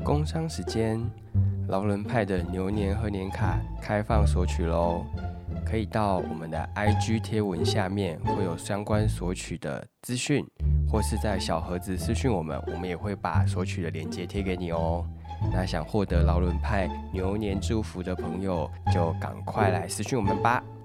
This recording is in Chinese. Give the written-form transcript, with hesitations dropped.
工商时间，劳伦派的牛年贺年卡开放索取咯，可以到我们的 IG 贴文下面会有相关索取的资讯，或是在小盒子私讯我们也会把索取的链接贴给你哦。那想获得劳伦派牛年祝福的朋友，就赶快来私讯我们吧。